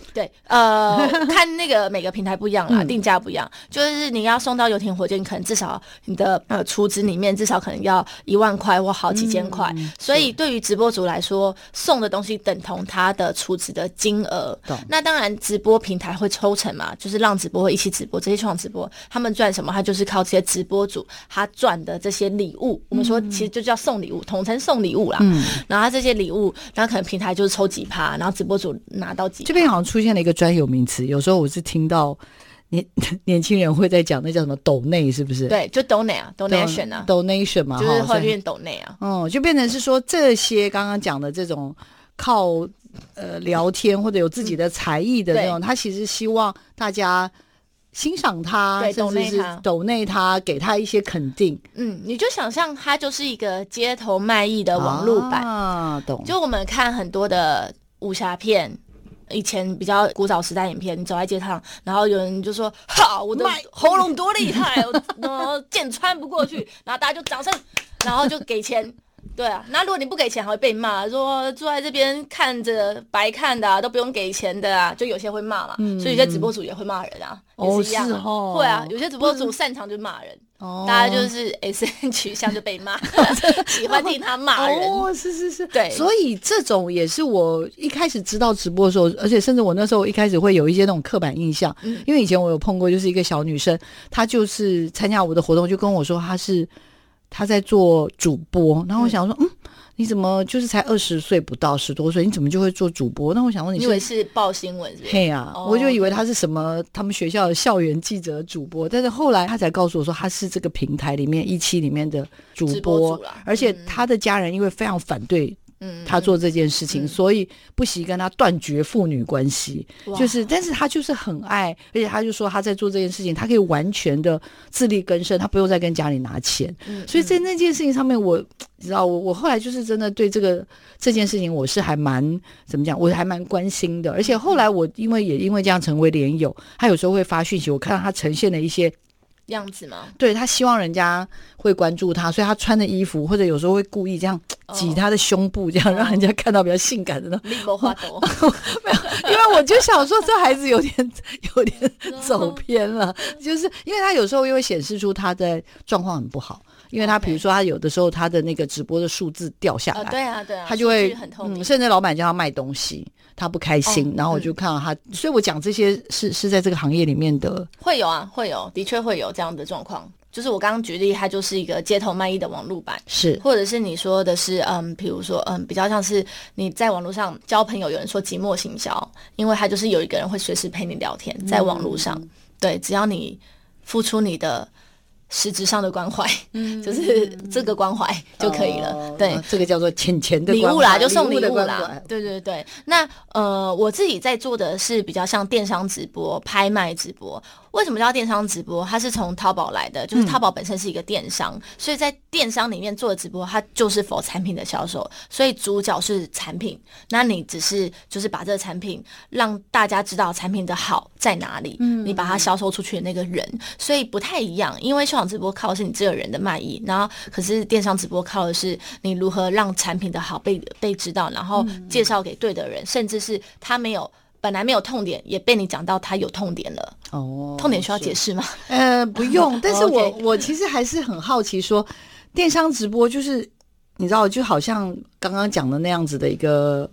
对，看那个每个平台不一样啦，定价不一样。就是你要送到油田火箭，可能至少你的储值里面至少可能要1万块或好几千块。所以对于直播主来说，送的东西等同他的储值的金额。那当然，直播平台会抽成嘛，就是让直播会一起直播，这些创直播他们赚什么？他就是靠这些直播主他赚的这些礼物。我们说其实就叫送礼物，统称送礼物啦。然后他这些礼物，然后可能平台就是抽几%，然后直播主拿到几%。 这边好像出现了一个专有名词，有时候我是听到年轻人会在讲那叫什么抖内，是不是？ 对，就 donate 啊 ，donation 啊 ，donation 嘛， 就是会变抖内啊。 就变成是说这些刚刚讲的这种靠聊天或者有自己的才艺的那种，他其实希望大家欣赏他，甚至是抖内他，给他一些肯定。 你就想象他就是一个街头卖艺的网络版，懂？就我们看很多的武侠片。以前比较古早时代影片，你走在街上，然后有人就说：“好，我的喉咙多厉害，我剑穿不过去。”然后大家就掌声，然后就给钱。对啊，那如果你不给钱还会被骂，说坐在这边看着白看的都不用给钱的啊，就有些会骂嘛。所以有些直播主也会骂人啊，也是一样的。会啊，有些直播主擅长就骂人。大家就是 SN 取向就被骂，喜欢听他骂人。 是， 对， 所以这种也是我一开始知道直播的时候，而且甚至我那时候一开始会有一些那种刻板印象，因为以前我有碰过，就是一个小女生，她就是参加我的活动，就跟我说她在做主播，然后我想说，你怎么就是才20岁不到10多岁，你怎么就会做主播？那我想问你以为是报新闻是不是？ 嘿啊，我就以为他是什么他们学校的校园记者主播，但是后来他才告诉我说他是这个平台里面17里面的主播，而且他的家人因为非常反对他做这件事情，所以不惜跟他断绝父女关系，就是但是他就是很爱，而且他就说他在做这件事情他可以完全的自力更生，他不用再跟家里拿钱，所以在那件事情上面你知道我后来就是真的对这件事情我是还蛮怎么讲，我还蛮关心的，而且后来我因为这样成为连友，他有时候会发讯息，我看到他呈现的一些样子吗？ 对，他希望人家会关注他，所以他穿的衣服或者有时候会故意这样挤他的胸部，这样让人家看到比较性感的那种。 立波花朵没有，因为我就想说这孩子有点走偏了，就是因为他有时候又会显示出他的状况很不好。因为他比如说他有的时候他的那个直播的数字掉下来， 对啊， 他就会很透明， 甚至老板叫他卖东西，他不开心，然后我就看到他，所以我讲这些是在这个行业里面的， 会有，的确会有这样的状况。就是我刚刚举例，它就是一个街头卖艺的网络版， 是， 或者是你说的是，比如说，比较像是你在网络上交朋友，有人说寂寞行销，因为他就是有一个人会随时陪你聊天，在网络上，对，只要你付出你的实质上的关怀，就是这个关怀就可以了。对， 这个叫做钱的礼物啦，就送礼物啦。对。那我自己在做的是比较像电商直播、拍卖直播。为什么叫电商直播？它是从淘宝来的，就是淘宝本身是一个电商，所以在电商里面做的直播，它就是否产品的销售，所以主角是产品，那你只是就是把这个产品让大家知道产品的好在哪里，你把它销售出去的那个人，所以不太一样。因为现场直播靠的是你这个人的卖艺，然后可是电商直播靠的是你如何让产品的好被知道，然后介绍给对的人，甚至是他本来没有痛点，也被你讲到他有痛点了。痛点需要解释吗？ 不用。但是我其实还是很好奇说，电商直播就是你知道，就好像刚刚讲的那样子的一个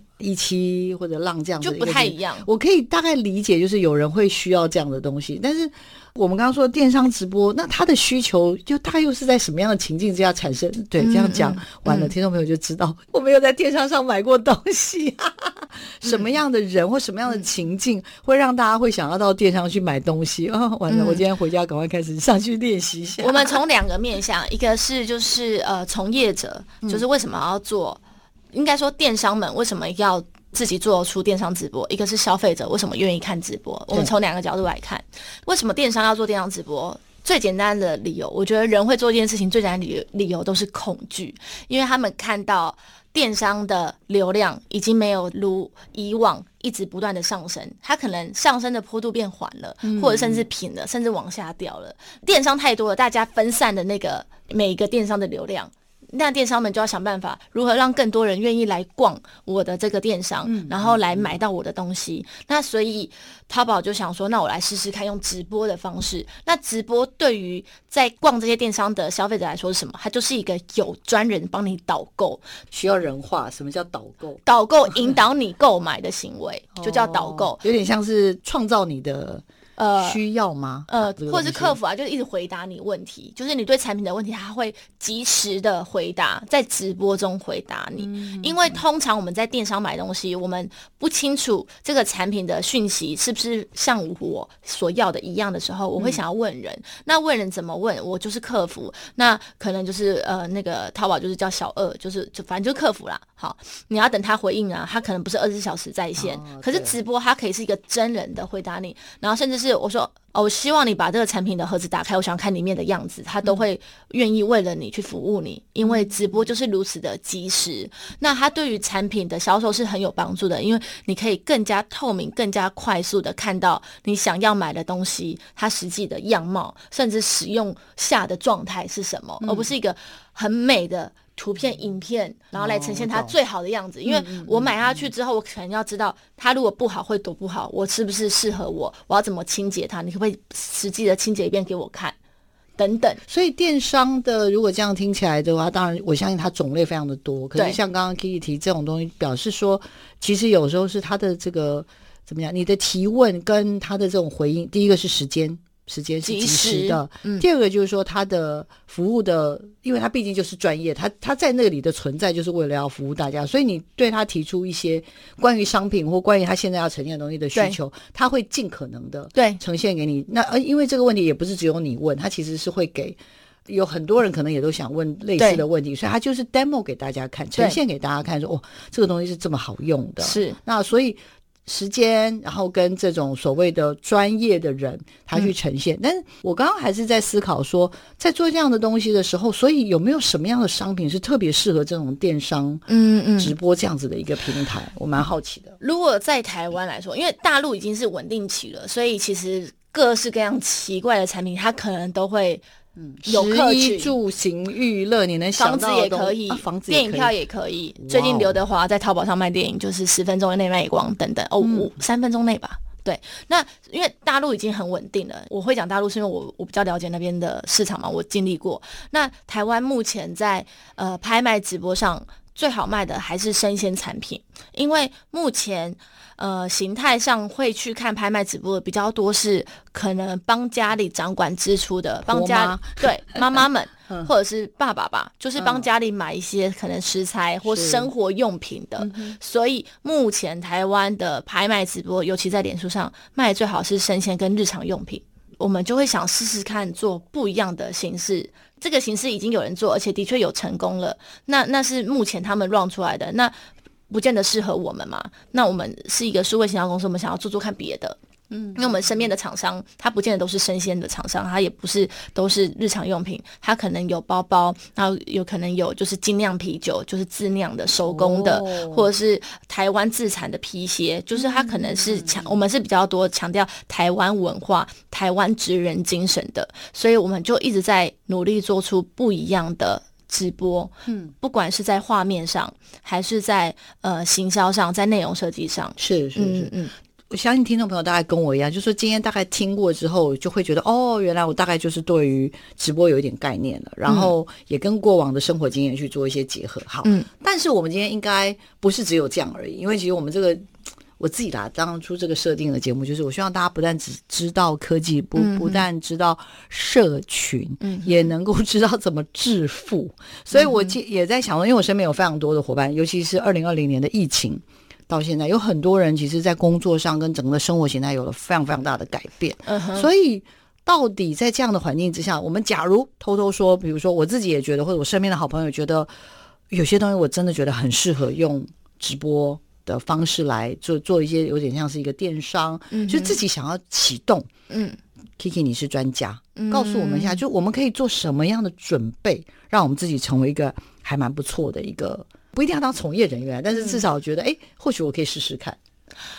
17或者浪这样子的， 就不太一样。 我可以大概理解，就是有人会需要这样的东西，但是我们刚刚说的电商直播，那他的需求就大概又是在什么样的情境之下产生？对，这样讲完了，听众朋友就知道我没有在电商上买过东西。什么样的人或什么样的情境会让大家会想要到电商去买东西完了，我今天回家赶快开始上去练习一下。 我们从2个面向，一个是就是从业者，就是为什么要做，应该说电商们为什么要自己做出电商直播，一个是消费者为什么愿意看直播。我们从2个角度来看，为什么电商要做电商直播。最简单的理由，我觉得人会做这件事情最简单的理由都是恐惧，因为他们看到电商的流量已经没有如以往一直不断的上升，它可能上升的坡度变缓了，或者甚至平了，甚至往下掉了。电商太多了，大家分散的那个每一个电商的流量， 那电商们就要想办法如何让更多人愿意来逛我的这个电商，然后来买到我的东西。那所以淘宝就想说，那我来试试看用直播的方式。那直播对于在逛这些电商的消费者来说是什么？它就是一个有专人帮你导购， 需要人化。什么叫导购？ 导购引导你购买的行为就叫导购， 有点像是创造你的需要吗？ 或者是客服啊，就是一直回答你问题，就是你对产品的问题，他会及时的回答，在直播中回答你。因为通常我们在电商买东西，我们不清楚这个产品的讯息是不是像我所要的一样的时候，我会想要问人。那问人怎么问？我就是客服，那可能就是那个淘宝就是叫小二，就反正就是客服啦。好，你要等他回应啊，他可能不是24小时在线，可是直播他可以是一个真人的回答你，然后甚至是我说我希望你把这个产品的盒子打开，我想看里面的样子，他都会愿意为了你去服务你，因为直播就是如此的及时。那它对于产品的销售是很有帮助的，因为你可以更加透明、更加快速的看到你想要买的东西它实际的样貌，甚至使用下的状态是什么，而不是一个很美的图片、影片，然后来呈现它最好的样子。因为我买下去之后，我可能要知道它如果不好会多不好，我是不是适合我要怎么清洁它，你可不可以实际的清洁一遍给我看等等。 所以电商的如果这样听起来的话，当然我相信它种类非常的多，可是像刚刚 Kiki 提这种东西，表示说其实有时候是它的这个怎么样，你的提问跟它的这种回应，第一个是时间是及时的，第二个就是说他的服务的，因为他毕竟就是专业，他在那里的存在就是为了要服务大家，所以你对他提出一些关于商品或关于他现在要呈现的东西的需求，他会尽可能的呈现给你。那因为这个问题也不是只有你问，他其实是会给有很多人可能也都想问类似的问题，所以他就是 demo 给大家看，呈现给大家看，说哦，这个东西是这么好用的。 是， 那所以时间，然后跟这种所谓的专业的人他去呈现。但是我刚刚还是在思考说，在做这样的东西的时候，所以有没有什么样的商品是特别适合这种电商直播这样子的一个平台？我蛮好奇的。 如果在台湾来说，因为大陆已经是稳定期了，所以其实各式各样奇怪的产品它可能都会有客群， 食衣住行娱乐，你能想到的房子也可以， 房子也可以， 电影票也可以。最近刘德华在淘宝上卖电影，就是10分钟内卖光等等3分钟内吧。对，那因为大陆已经很稳定了，我会讲大陆是因为我比较了解那边的市场嘛，我经历过。那台湾目前在拍卖直播上最好卖的还是生鲜产品，因为目前形态上会去看拍卖直播的比较多是可能帮家里掌管支出的，帮家对妈妈们或者是爸爸吧，就是帮家里买一些可能食材或生活用品的。所以目前台湾的拍卖直播，尤其在脸书上卖的最好是生鲜跟日常用品。我们就会想试试看做不一样的形式，这个形式已经有人做，而且的确有成功了。那是目前他们 run 出来的，那不见得适合我们嘛。那我们是一个数位行销公司，我们想要做看别的。因为我们身边的厂商，他不见得都是生鲜的厂商，他也不是都是日常用品，他可能有包包，然后有可能有就是精酿啤酒，就是自酿的手工的，或者是台湾自产的皮鞋，就是他可能是我们是比较多强调台湾文化、台湾职人精神的，所以我们就一直在努力做出不一样的直播，不管是在画面上，还是在行销上，在内容设计上， 是。我相信听众朋友大概跟我一样，就是说今天大概听过之后，就会觉得哦，原来我大概就是对于直播有一点概念了，然后也跟过往的生活经验去做一些结合。好，但是我们今天应该不是只有这样而已，因为其实我们这个我自己当初这个设定的节目，就是我希望大家不但只知道科技，不但知道社群，也能够知道怎么致富。所以我也在想说，因为我身边有非常多的伙伴，尤其是2020年的疫情到现在，有很多人其实在工作上跟整个生活形态有了非常非常大的改变。所以到底在这样的环境之下，我们假如偷偷说，比如说我自己也觉得，或者我身边的好朋友觉得有些东西我真的觉得很适合用直播的方式来做一些有点像是一个电商，就自己想要启动。Kiki 你是专家，告诉我们一下，就我们可以做什么样的准备，让我们自己成为一个还蛮不错的一个，不一定要当从业人员，但是至少觉得或许我可以试试看。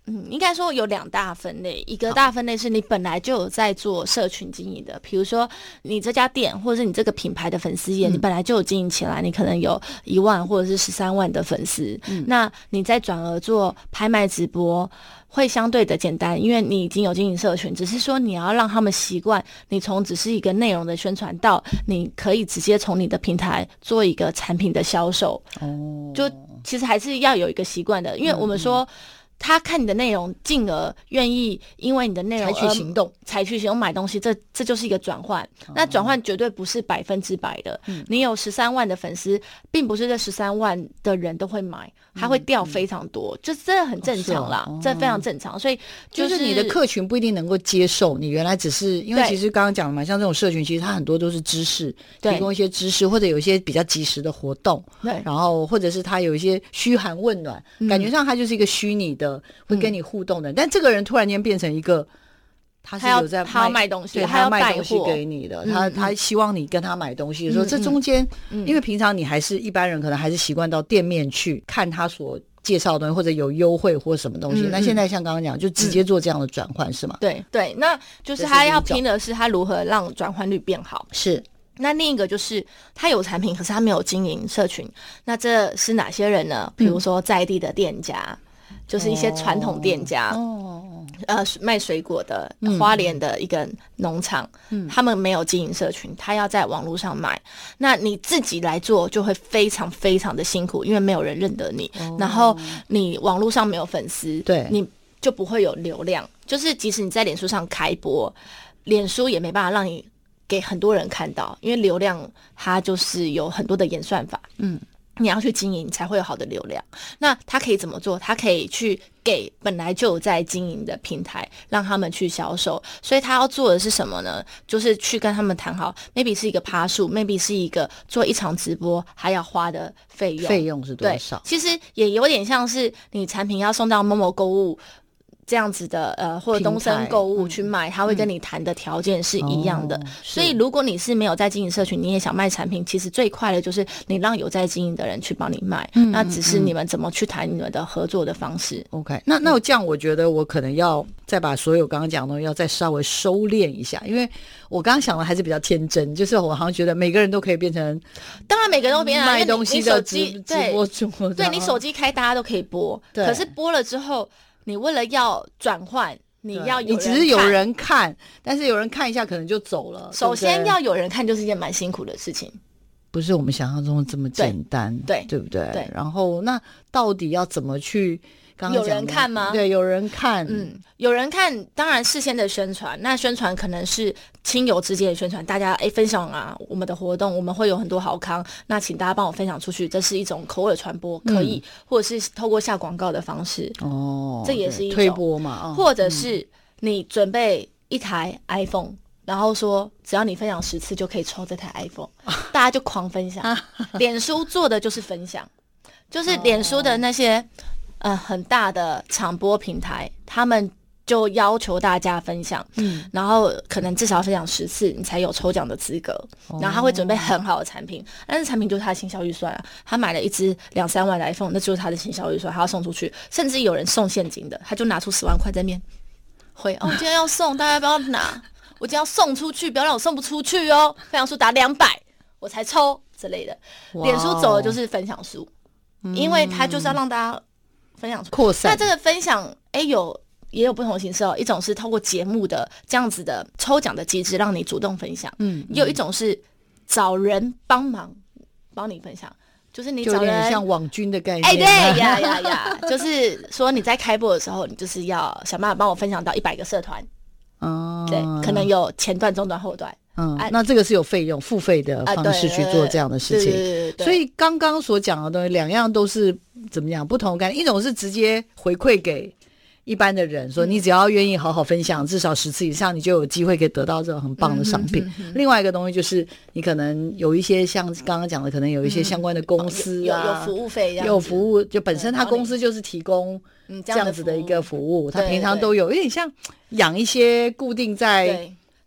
应该说有2大分类，一个大分类是你本来就有在做社群经营的，比如说你这家店或者是你这个品牌的粉丝页，你本来就有经营起来，你可能有1万或者是13万的粉丝，那你再转而做拍卖直播会相对的简单，因为你已经有经营社群，只是说你要让他们习惯你从只是一个内容的宣传到你可以直接从你的平台做一个产品的销售，就其实还是要有一个习惯的，因为我们说他看你的内容，进而愿意因为你的内容采取行动买东西，这就是一个转换。那转换绝对不是100%的。你有13万的粉丝，并不是这13万的人都会买，他会掉非常多，就真的很正常啦，这非常正常。所以就是你的客群不一定能够接受你原来只是因为其实刚刚讲了嘛，像这种社群，其实它很多都是知识，提供一些知识，或者有一些比较及时的活动，对，然后或者是他有一些嘘寒问暖，感觉上他就是一个虚拟的。会跟你互动的，但这个人突然间变成一个，他是有在他要卖东西， 对，他要卖东西给你的，他希望你跟他买东西的时候，这中间，因为平常你还是一般人，可能还是习惯到店面去看他所介绍的东西，或者有优惠或什么东西。那现在像刚刚讲，就直接做这样的转换，是吗？ 对对，那就是他要拼的是他如何让转换率变好。 是。 那另一个就是他有产品，可是他没有经营社群。那这是哪些人呢？比如说在地的店家。就是一些传统店家，卖水果的，花莲的一个农场，他们没有经营社群，他要在网络上卖。那你自己来做就会非常非常的辛苦，因为没有人认得你，然后你网络上没有粉丝，对，你就不会有流量。就是即使你在脸书上开播，脸书也没办法让你给很多人看到，因为流量它就是有很多的演算法，你要去经营才会有好的流量。那他可以怎么做？他可以去给本来就有在经营的平台，让他们去销售。所以他要做的是什么呢？就是去跟他们谈好 maybe 是一个趴数， maybe 是一个做一场直播还要花的费用是多少。其实也有点像是你产品要送到Momo购物这样子的或者东森购物去卖，他会跟你谈的条件是一样的。所以如果你是没有在经营社群，你也想卖产品，其实最快的就是你让有在经营的人去帮你卖，那只是你们怎么去谈你们的合作的方式。 OK， 那这样我觉得我可能要再把所有刚刚讲的东西要再稍微收敛一下，因为我刚刚想的还是比较天真，就是我好像觉得每个人都可以变成， 当然每个人都变成卖东西的直播主， 对，你手机开大家都可以播，可是播了之后你为了要转换，你只是有人看，但是有人看一下可能就走了。 首先要有人看就是一件蛮辛苦的事情， 不是我们想象中的这么简单，对不对？对。然后那到底要怎么去？刚刚有人看吗？ 对，有人看， 有人看，当然事先的宣传，那宣传可能是亲友之间的宣传，大家分享啊，我们的活动，我们会有很多好康，那请大家帮我分享出去，这是一种口耳传播，可以，或者是透过下广告的方式，这也是一种推播嘛， 或者是你准备一台 iPhone。然后说只要你分享10次就可以抽这台 iPhone， 大家就狂分享。脸书做的就是分享，就是脸书的那些很大的场播平台，他们就要求大家分享，然后可能至少要分享10次，你才有抽奖的资格。然后他会准备很好的产品，但是产品就是他的行销预算啊，他买了一支2-3万的 iPhone， 那就是他的行销预算，他要送出去，甚至有人送现金的，他就拿出10万块在那边回，我今天要送，大家不要拿。我今天要送出去，不要让我送不出去哦！分享数达200，我才抽之类的。脸书走的就是分享数，因为它就是要让大家分享扩散。 那这个分享，也有不同的形式哦。一种是透过节目的这样子的抽奖的机制，让你主动分享。也有一种是找人帮忙帮你分享。就是你找人像网军的概念， 对呀，就是说你在开播的时候，你就是要想办法帮我分享到100个社团。对，可能有前段、中段、后段。 那这个是有费用、付费的方式去做这样的事情。 对， 所以刚刚所讲的东西，两样都是怎么讲不同的概念。一种是直接回馈给一般的人，说你只要愿意好好分享，至少10次以上，你就有机会可以得到这种很棒的商品。另外一个东西就是你可能有一些像刚刚讲的，可能有一些相关的公司啊， 有服务费， 有服务，就本身他公司就是提供这样子的一个服务，他平常都有点像养一些固定在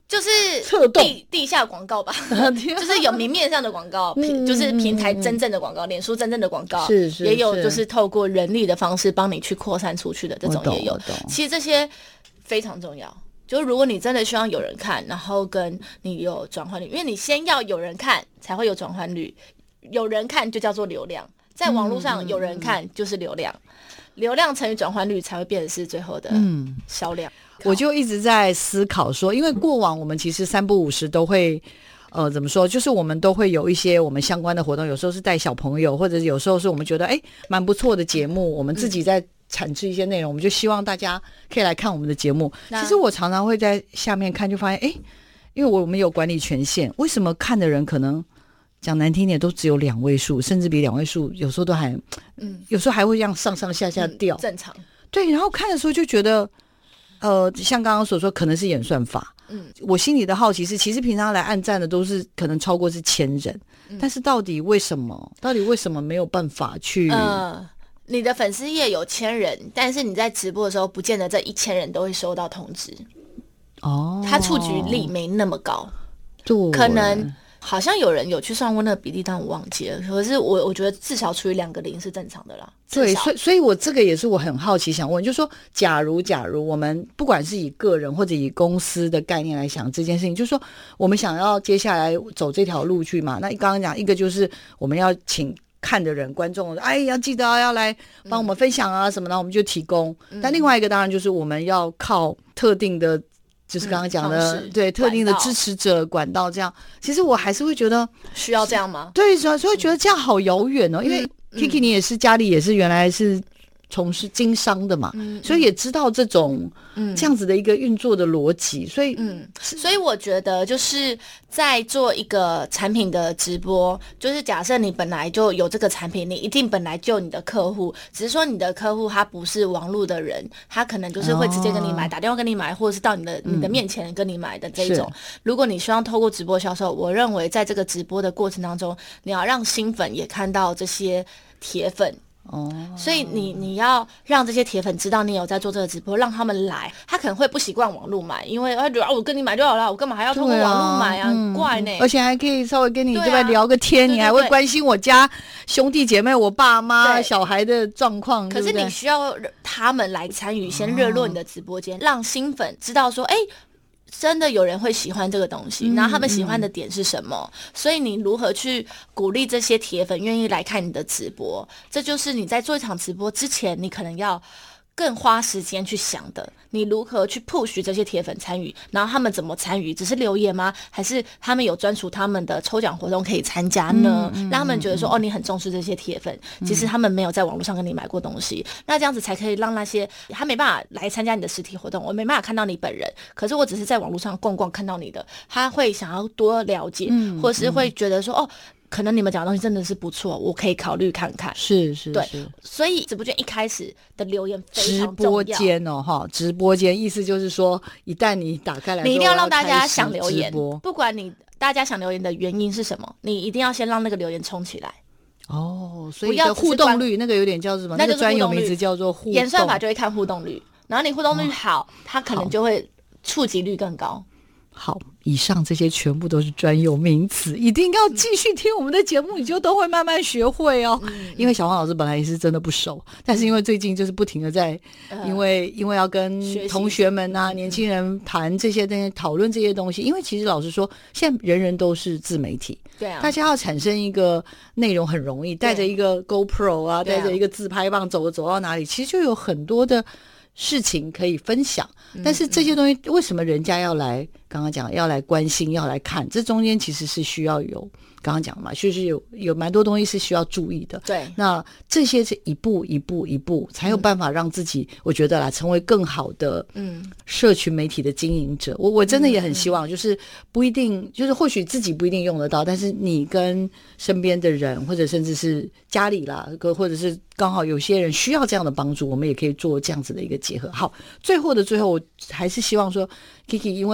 就是策动地下广告吧，就是有明面上的广告，就是平台真正的广告，脸书真正的广告，也有就是透过人力的方式帮你去扩散出去的这种也有。其实这些非常重要，就是如果你真的希望有人看，然后跟你有转换率，因为你先要有人看才会有转换率，有人看就叫做流量，在网络上有人看就是流量，流量乘以转换率才会变成是最后的销量。 我就一直在思考说，因为过往我们其实3不5时都会怎么说，就是我们都会有一些我们相关的活动，有时候是带小朋友，或者有时候是我们觉得蛮不错的节目，我们自己在产制一些内容，我们就希望大家可以来看我们的节目。其实我常常会在下面看，就发现因为我们有管理权限，为什么看的人可能讲难听点都只有2位数，甚至比2位数有时候都还有时候还会这样上上下下掉， 正常。对， 然后看的时候就觉得像刚刚所说，可能是演算法。我心里的好奇是，其实平常来按赞的都是可能超过是1000人，但是到底为什么没有办法去？ 你的粉丝页有1000人，但是你在直播的时候，不见得这1000人都会收到通知。它触及率没那么高， 对， 可能。好像有人有去算过那个比例，但我忘记了。可是我觉得至少除以2个0是正常的啦。 对，所以我这个也是我很好奇想问，就是说，假如我们不管是以个人或者以公司的概念来想这件事情，就是说我们想要接下来走这条路去嘛？那刚刚讲一个就是我们要请看的人观众，要记得要来帮我们分享啊什么的，我们就提供。但另外一个当然就是我们要靠特定的。就是刚刚讲的，对特定的支持者管道这样，其实我还是会觉得需要这样吗？ 对，所以觉得这样好遥远哦。因为 Kiki 你也是家里也是原来是从事经商的嘛，所以也知道这种这样子的一个运作的逻辑，所以我觉得就是在做一个产品的直播，就是假设你本来就有这个产品，你一定本来就有你的客户，只是说你的客户他不是网络的人，他可能就是会直接跟你买，打电话跟你买，或者是到你的面前跟你买的这一种。如果你希望透过直播销售，我认为在这个直播的过程当中，你要让新粉也看到这些铁粉。所以你要让这些铁粉知道你有在做这个直播，让他们来，他可能会不习惯网络买，因为他觉得我跟你买就好了，我干嘛还要通过网络买啊？很怪呢。 而且还可以稍微跟你这边聊个天，你还会关心我家兄弟姐妹、我爸妈、小孩的状况。 可是你需要他们来参与，先热络你的直播间，让新粉知道说，真的有人会喜欢这个东西，然后他们喜欢的点是什么？所以你如何去鼓励这些铁粉愿意来看你的直播？这就是你在做一场直播之前，你可能要更花时间去想的。你如何去 push 这些铁粉参与，然后他们怎么参与？只是留言吗？还是他们有专属他们的抽奖活动可以参加呢？让他们觉得说，你很重视这些铁粉，其实他们没有在网络上跟你买过东西，那这样子才可以让那些他没办法来参加你的实体活动，我没办法看到你本人，可是我只是在网络上逛逛看到你的，他会想要多了解，或是会觉得说，可能你们讲的东西真的是不错，我可以考虑看看。 是，对， 所以直播间一开始的留言非常重要。 直播间直播间意思就是说，一旦你打开来， 你一定要让大家想留言，不管大家想留言的原因是什么，你一定要先让那个留言冲起来。 所以的互动率那个有点叫什么？那个专有名词叫做互动。 演算法就会看互动率，然后你互动率好，它可能就会触及率更高。 好，以上这些全部都是专有名词，一定要继续听我们的节目，你就都会慢慢学会哦。因为小黄老师本来也是真的不熟，但是因为最近就是不停的在，因为要跟同学们啊、年轻人谈这些东西，讨论这些东西。因为其实老实说，现在人人都是自媒体， 对啊， 大家要产生一个内容很容易，带着一个 GoPro 啊，带着一个自拍棒走到哪里，其实就有很多的事情可以分享。但是这些东西为什么人家要来？刚刚讲要来关心，要来看，这中间其实是需要有刚刚讲嘛，就是有蛮多东西是需要注意的。 对， 那这些是一步一步才有办法让自己，我觉得啦，成为更好的社群媒体的经营者。我真的也很希望，就是不一定，就是或许自己不一定用得到，但是你跟身边的人，或者甚至是家里啦，或者是刚好有些人需要这样的帮助，我们也可以做这样子的一个结合。好，最后，我还是希望说 Kiki， 因为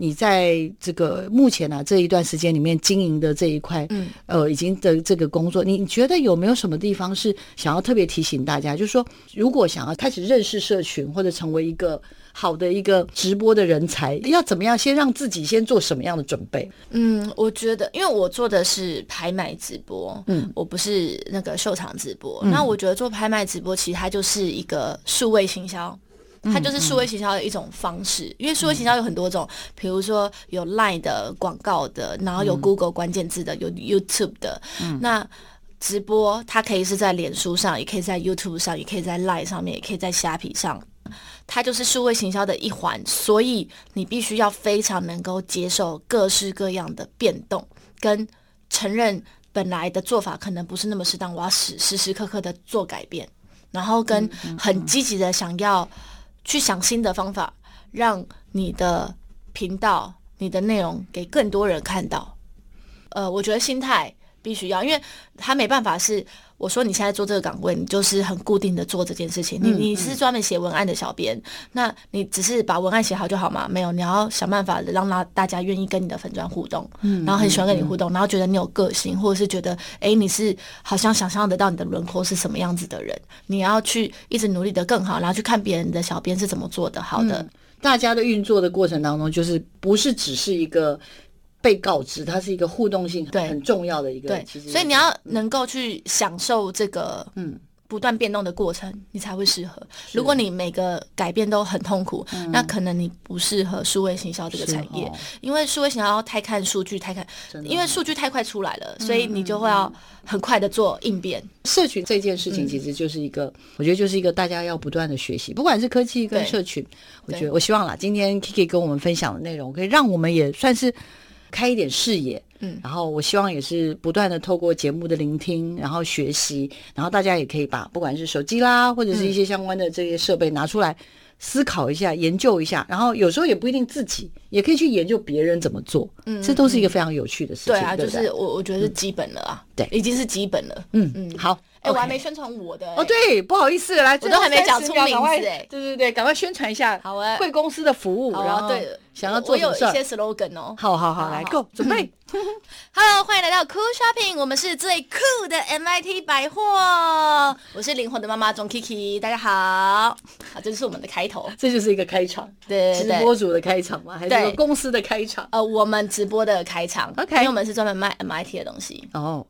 你在这个目前这一段时间里面经营的这一块，已经的这个工作，你觉得有没有什么地方是想要特别提醒大家？就是说，如果想要开始认识社群，或者成为一个好的一个直播的人才，要怎么样先让自己先做什么样的准备？ 我觉得，因为我做的是拍卖直播，我不是那个秀场直播。那我觉得做拍卖直播，其实它就是一个数位行销。它就是数位行销的一种方式，因为数位行销有很多种，比如说有 LINE 的广告的，然后有 Google 关键字的，有 YouTube 的。那直播它可以是在脸书上，也可以在 YouTube 上，也可以在 LINE 上面，也可以在虾皮上。它就是数位行销的一环，所以你必须要非常能够接受各式各样的变动，跟承认本来的做法可能不是那么适当，我要时时刻刻的做改变，然后跟很积极的想要去想新的方法，让你的频道、你的内容给更多人看到。我觉得心态必须要，因为他没办法是我说你现在做这个岗位，你就是很固定的做这件事情。你是专门写文案的小编，那你只是把文案写好就好吗？没有，你要想办法让大家愿意跟你的粉专互动，然后很喜欢跟你互动，然后觉得你有个性，或者是觉得你是好像想象得到你的轮廓是什么样子的人，你要去一直努力的更好，然后去看别人的小编是怎么做的好的。 大家的运作的过程当中，就是不是只是一个被告知，它是一个互动性很重要的一个。 对，其实所以你要能够去享受这个不断变动的过程，你才会适合。如果你每个改变都很痛苦，那可能你不适合数位行销这个产业，因为数位行销太看数据，因为数据太快出来了，所以你就会要很快的做应变。 社群这件事情其实就是一个，我觉得就是一个大家要不断的学习，不管是科技跟社群，我希望啦，今天 Kiki 跟我们分享的内容，可以让我们也算是开一点视野，然后我希望也是不断的透过节目的聆听，然后学习，然后大家也可以把不管是手机啦，或者是一些相关的这些设备拿出来思考一下，研究一下，然后有时候也不一定自己也可以去研究别人怎么做，这都是一个非常有趣的事情。 对啊，就是我觉得是基本了啊， 对， 已经是基本了。 好。 我还没宣传我的对，不好意思，来， 我都还没讲出名字对，赶快宣传一下。 好贵公司的服务，然后对， 想要做什么事， 我有一些 slogan 哦。 好，来 Go 准备。 Hello， 欢迎来到 Cool Shopping， 我们是最酷的 MIT 百货。我是灵魂的妈妈钟 Kiki， 大家好。这就是我们的开头， 这就是一个开场， 对， 直播主的开场吗？还是一个公司的开场？ 我们直播的开场 ，OK， 因为我们是专门卖 MIT 的东西。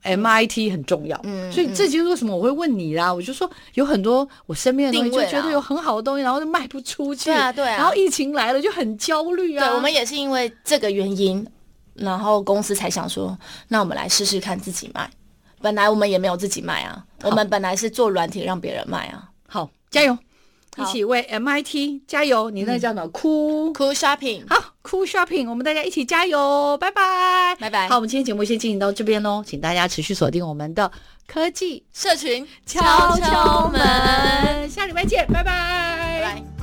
MIT 很重要，所以这就是为什么我会问你啦。我就说有很多我身边的东西，就觉得有很好的东西，然后就卖不出去， 对啊， 然后疫情来了就很焦虑啊。 对，我们也是因为这个原因，然后公司才想说，那我们来试试看自己卖。本来我们也没有自己卖啊，我们本来是做软体让别人卖啊。 好，加油！一起为 MIT 加油！你那个叫什么？Cool Shopping， 好 ，Cool Shopping， 我们大家一起加油！拜拜， 拜拜。 好，我们今天节目先进行到这边喽，请大家持续锁定我们的科技社群敲敲门， 下礼拜见，拜拜， 拜拜。